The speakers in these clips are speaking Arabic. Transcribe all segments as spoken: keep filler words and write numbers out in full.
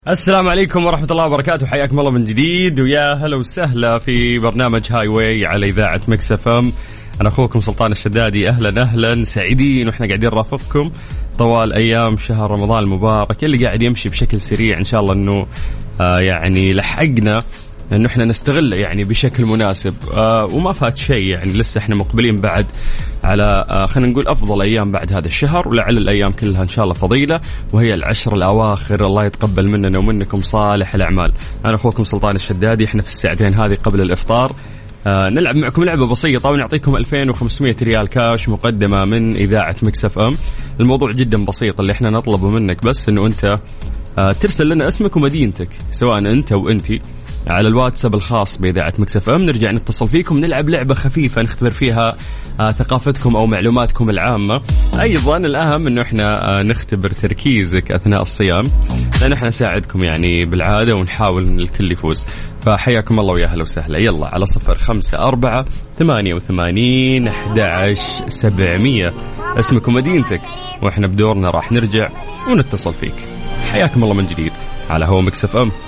السلام عليكم ورحمة الله وبركاته، حياكم الله من جديد ويا هلا وسهلا في برنامج هاي واي على إذاعة ميكس اف ام. أنا أخوكم سلطان الشدادي، أهلا أهلا سعيدين وإحنا قاعدين نرافقكم طوال أيام شهر رمضان المبارك اللي قاعد يمشي بشكل سريع. إن شاء الله إنه آه يعني لحقنا إنه إحنا نستغل يعني بشكل مناسب آه وما فات شيء، يعني لسه إحنا مقبلين بعد على آه خلينا نقول أفضل أيام بعد هذا الشهر، ولعل الأيام كلها إن شاء الله فضيلة، وهي العشر الأواخر. الله يتقبل مننا ومنكم صالح الأعمال. أنا أخوكم سلطان الشدادي، إحنا في الساعتين هذه قبل الإفطار آه نلعب معكم لعبة بسيطة ونعطيكم ألفين وخمسمية ريال كاش مقدمة من إذاعة ميكس اف ام. الموضوع جدا بسيط، اللي إحنا نطلبه منك بس إنه أنت آه ترسل لنا اسمك ومدينتك، سواء أنت وأنتي، على الواتساب الخاص بإذاعة ميكس اف ام. نرجع نتصل فيكم، نلعب لعبة خفيفة نختبر فيها آه ثقافتكم أو معلوماتكم العامة. أيضا الأهم إنه إحنا آه نختبر تركيزك أثناء الصيام، لأن إحنا نساعدكم يعني بالعادة ونحاول إن الكل يفوز. فحياكم الله ويا هلا وسهلا. يلا على صفر خمسة أربعة ثمانية وثمانين أحد عشر سبعمية اسمك ومدينتك، وإحنا بدورنا راح نرجع ونتصل فيك. حياكم الله من جديد على هو ميكس اف ام.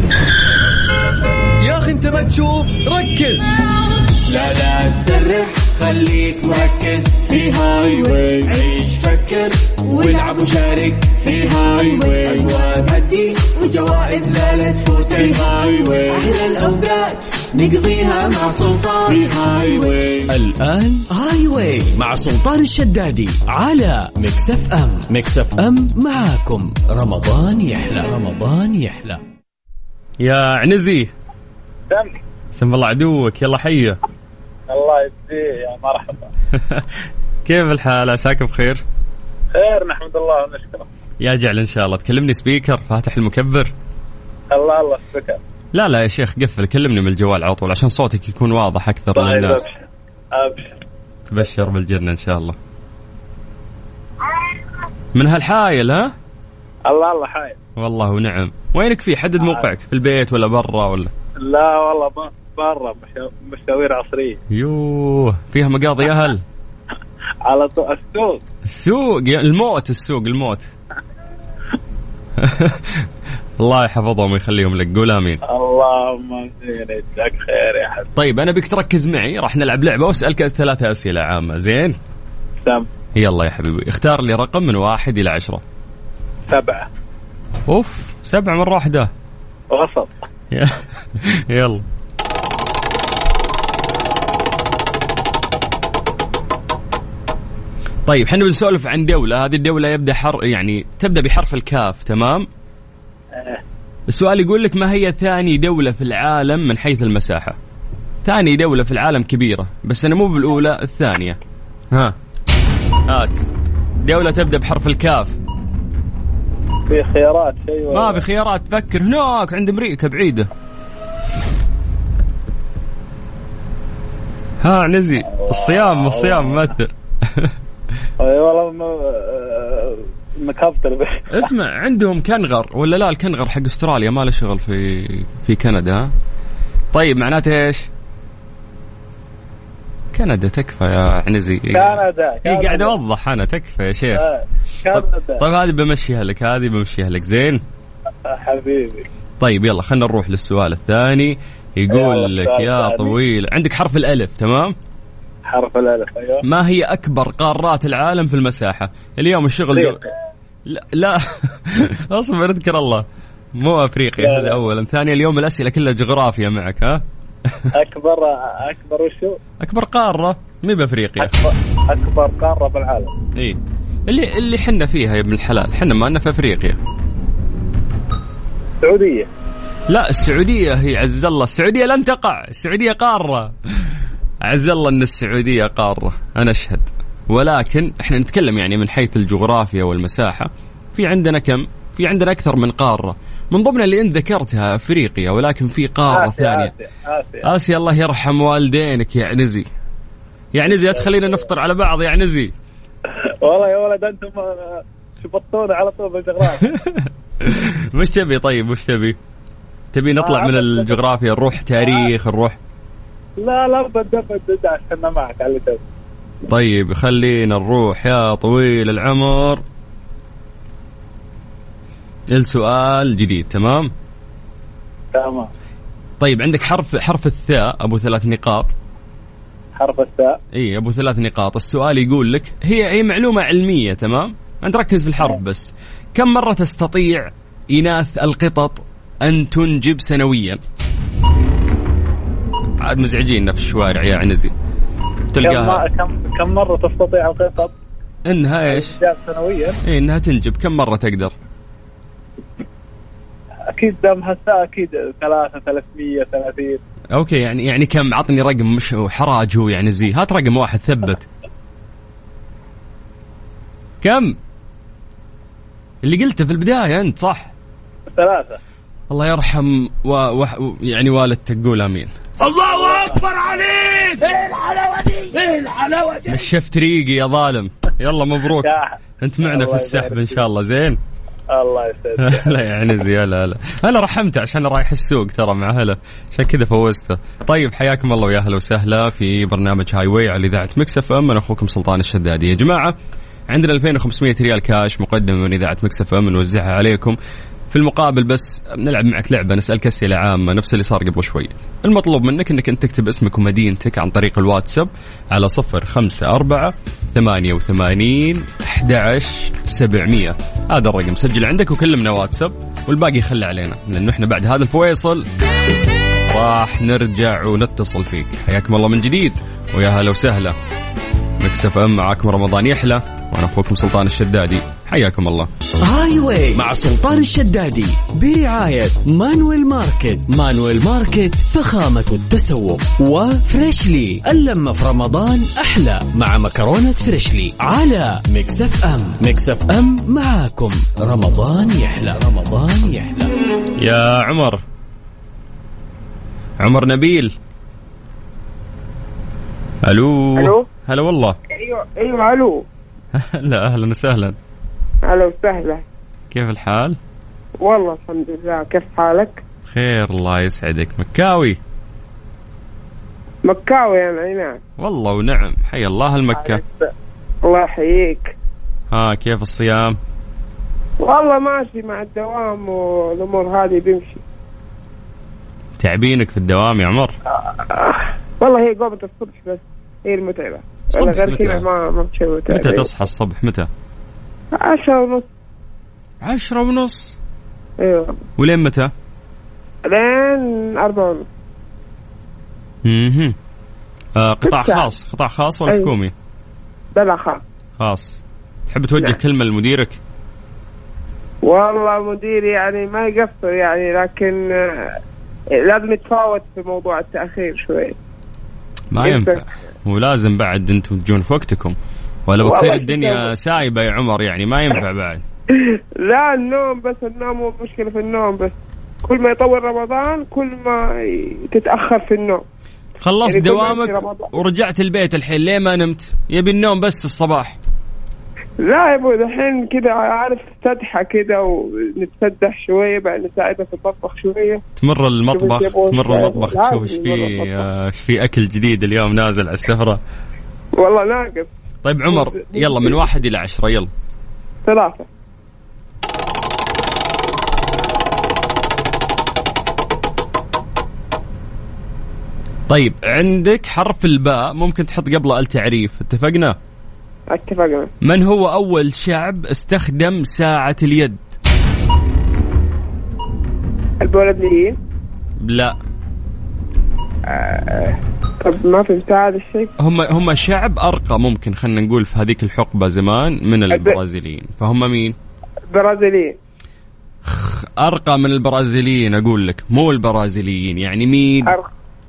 يا أخي أنت ما تشوف، ركز، لا لا تسرح، خليك مركز في هاي واي. عيش فكر والعب وشارك في هاي واي. أجواء تهدي وجوائز لا لا تفوت في هاي واي. أحلى الأوقات نقضيها مع سلطان في هاي واي. الآن هاي واي مع سلطان الشدادي على ميكس اف ام. ميكس اف ام معاكم رمضان يحلى، رمضان يحلى. يا عنزي سم سم الله عدوك، يلا حيه. الله يجزيه يا مرحبا. كيف الحال؟ عساك بخير؟ خير نحمد الله ونشكره. يا جعل إن شاء الله. تكلمني سبيكر فاتح المكبر؟ الله الله سبيكر. لا لا يا شيخ قفل، كلمني من الجوال على طول عشان صوتك يكون واضح أكثر للناس. أبشر أبشر تبشر بالجنة إن شاء الله. من هالحايل ها؟ الله الله حايل والله ونعم. وينك فيه؟ حدد موقعك، في البيت ولا برا ولا؟ لا والله برا، مشاوير عصرية. يوه فيها مقاضي أهل. على طول السوق. السوق الموت، السوق الموت. الله يحفظهم ويخليهم لك، قول آمين. اللهم زين، يجزاك خير يا حبيبي. طيب أنا بك تركز معي، راح نلعب لعبة وأسألك ثلاثة أسئلة عامة. زين؟ سم يلا يا حبيبي اختار لي رقم من واحد إلى عشرة. سبعة. أوف، سبعة مرة واحدة. وسط. يلا. طيب حنا بنسولف عن دولة، هذه الدولة يبدأ حرف يعني تبدأ بحرف الكاف، تمام؟ السؤال يقول لك ما هي ثاني دولة في العالم من حيث المساحة؟ ثاني دولة في العالم كبيرة، بس أنا مو بالأولى، الثانية. ها هات دولة تبدأ بحرف الكاف. في خيارات شيء؟ ما بخيارات، فكر. هناك عند أمريكا بعيدة. ها عنزي، الصيام الصيام مؤثر. اي والله مكبتر بس. اسمع عندهم كنغر ولا لا؟ الكنغر حق استراليا ما له شغل في في كندا. طيب معناته ايش؟ كندا تكفى يا عنزي. كندا هي قاعد اوضح انا، تكفى يا شيخ. كندا. طيب هذه بمشيها لك، هذه بمشيها لك. زين حبيبي. طيب يلا خلنا نروح للسؤال الثاني. يقول لك يا طويل، عندك حرف الألف، تمام؟ حرف الألف أيوة. ما هي أكبر قارات العالم في المساحة؟ اليوم الشغل جو... لا, لا. أصبر اذكر الله، مو أفريقيا هذا أولا. ثانيا اليوم الأسئلة كلها جغرافيا معك. ها أكبر أكبر وشو؟ أكبر قارة مي بأفريقيا. أكبر أكبر قارة بالعالم. إيه اللي اللي حنا فيها يا ابن الحلال، حنا ما لنا في أفريقيا. السعودية. لا السعودية هي عز الله، السعودية لن تقع، السعودية قارة. عز الله أن السعودية قارة، أنا أشهد. ولكن إحنا نتكلم يعني من حيث الجغرافيا والمساحة، في عندنا كم؟ في عندنا أكثر من قارة، من ضمن اللي أنت ذكرتها أفريقيا، ولكن في قارة آسيا ثانية. آسيا, آسيا. آسيا الله يرحم والدينك يا عنزي. يا عنزي لا تخلينا نفطر على بعض يا عنزي. والله يا ولد أنتم شبطونا على طول بالجغرافيا. مش تبي؟ طيب مش تبي؟ تبي نطلع من الجغرافيا نروح تاريخ نروح؟ لا لا بدأ بدأ عشان معك على الجو. طيب خلينا نروح يا طويل العمر السؤال جديد. تمام تمام. طيب عندك حرف حرف الثاء أبو ثلاث نقاط. حرف الثاء. إيه أبو ثلاث نقاط. السؤال يقول لك هي هي معلومة علمية. تمام أنت ركز في الحرف بس. كم مرة تستطيع إناث القطط أن تنجب سنويا؟ عاد مزعجين في الشوارع يا عنزي. تلقاها كم كم مرة تستطيع القطط إنها إيش سنويا؟ إيه إنها تنجب كم مرة تقدر؟ أكيد دام هسا أكيد ثلاثة ثلاثمية ثلاثين. أوكي يعني يعني كم؟ عطني رقم مش حراج هو يعني زي هات رقم واحد ثبت. كم اللي قلته في البداية أنت صح؟ ثلاثة. الله يرحم و... و... يعني والدتك قول آمين. الله أكبر عليك. ايه الحلاوة دي ايه الحلاوة دي. نشفت ريقي يا ظالم. يلا مبروك أنت معنا في السحب إن شاء الله. زين الله يسعدك. لا يعني زي لا لا أنا رحمته عشان رايح السوق ترى مع هلا عشان كذا فوزته. طيب حياكم الله ويا هلا وسهلا في برنامج هاي واي على إذاعة ميكس اف ام. أنا أخوكم سلطان الشدادي. يا جماعة عندنا ألفين وخمسمية ريال كاش مقدمة من إذاعة ميكس اف ام نوزعها عليكم. في المقابل بس نلعب معك لعبة نسألك أسئلة عامة نفس اللي صار قبل شوي. المطلوب منك أنك أنت تكتب اسمك ومدينتك عن طريق الواتساب على صفر خمسة أربعة ثمانية وثمانين أحد عشر سبعمية. هذا الرقم سجل عندك وكلمنا واتساب والباقي خلى علينا لأنه إحنا بعد هذا الفويصل راح نرجع ونتصل فيك. حياكم الله من جديد ويا هلا وسهلا. ميكس اف ام معاكم رمضان يحلى وأنا أخوكم سلطان الشدادي. حياكم الله. هاي واي مع سلطان الشدادي برعاية مانويل ماركت. مانويل ماركت فخامة التسوق. وفريشلي اللمة في رمضان أحلى مع مكرونة فريشلي على ميكس اف ام. ميكس اف ام معاكم رمضان يحلى. رمضان يحلى. يا عمر عمر نبيل. ألو. ألو. هلا والله. ايوه ايوه الو. لا اهلا وسهلا. اهلا وسهلا. كيف الحال؟ والله الحمد لله. كيف حالك؟ خير الله يسعدك. مكاوي. مكاوي يا معينان. والله ونعم حي الله المكة. الله يحييك. ها كيف الصيام؟ والله ماشي مع الدوام والامور هذه بيمشي. تعبينك في الدوام يا عمر؟ آه. والله هي قومة الصبح بس هي المتعبة. صبح غير كذا ما ما بتشوي. متى تصحى الصبح متى؟ عشرة ونص. عشرة ونص. ايوه. ولين متى؟ لين أربعة ونص. اها. آه قطاع خاص قطاع خاص ولا أيوة. حكومي؟ لا خاص. خاص. تحب توجه لا. كلمة لمديرك؟ والله مديري يعني ما يقصر يعني لكن لازم يتفاوت في موضوع التأخير شوي. ما ينفع ولازم بعد انتم تجون في وقتكم ولا بتصير الدنيا سايبة يا عمر يعني ما ينفع بعد. لا النوم بس النوم مو مشكلة في النوم بس كل ما يطول رمضان كل ما تتأخر في النوم. خلصت يعني دوامك ورجعت البيت الحين ليه ما نمت؟ يبي النوم بس الصباح. لا يا ابو الحين كده عارف تدحى كده ونتسدح شويه بعد نساعدها في المطبخ شويه. تمر المطبخ تمر المطبخ تشوف ايش في ايش في اكل جديد اليوم نازل على السفره. والله ناقص. طيب عمر يلا من واحد الى عشرة يلا. ثلاثة. طيب عندك حرف الباء ممكن تحط قبله التعريف. اتفقنا؟ اتفقنا. من هو أول شعب استخدم ساعة اليد؟ البولنديين. لا. آه. طب ما في مساعد الشيء. هم هم شعب أرقى ممكن خلنا نقول في هذيك الحقبة زمان من البرازيليين. فهم مين؟ البرازيليين. أرقى من البرازيليين أقول لك مو البرازيليين يعني مين؟ أرقى.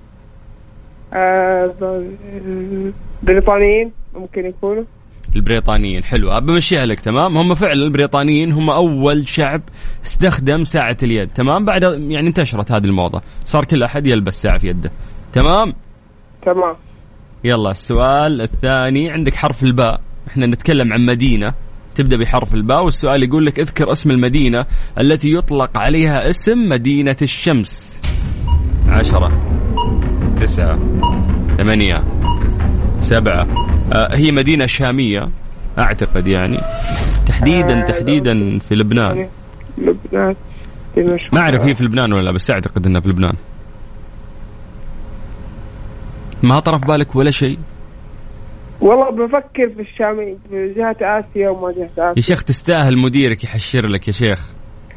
آه. بريطانيين ممكن يكونوا. البريطانيين. حلو بمشيها لك. تمام هم فعلا البريطانيين هم أول شعب استخدم ساعة اليد. تمام بعد يعني انتشرت هذه الموضة صار كل أحد يلبس ساعة في يده. تمام تمام. يلا السؤال الثاني عندك حرف الباء. احنا نتكلم عن مدينة تبدأ بحرف الباء والسؤال يقول لك اذكر اسم المدينة التي يطلق عليها اسم مدينة الشمس. عشرة تسعة ثمانية سبعة. آه هي مدينة شامية أعتقد يعني تحديدا آه تحديدا في لبنان. لبنان دمشق. ما أعرف هي في لبنان ولا لا، بس أعتقد إنها في لبنان. ما طرف بالك ولا شيء؟ والله بفكر في الشام، في جهة آسيا وما جهة آسيا. يا شيخ تستاهل مديرك يحشر لك يا شيخ.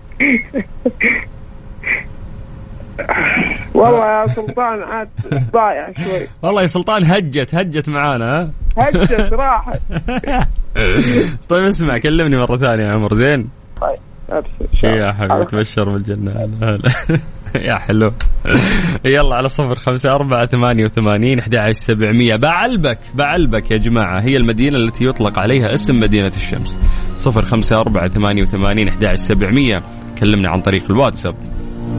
والله يا سلطان عاد ضايع شوي. والله يا سلطان هجت هجت معانا. هجت راحت. طيب اسمع كلمني مرة ثانية يا عمر. زين طيب أبشر يا حبيبي تبشر بالجنة. هلا يا حلو. يلا على صفر خمسة أربعة ثمانية وثمانين أحد عشر سبعمية. بعلبك بعلبك يا جماعة، هي المدينة التي يطلق عليها اسم مدينة الشمس. صفر خمسة أربعة ثمانية وثمانين أحد عشر سبعمية. كلمنا عن طريق الواتساب.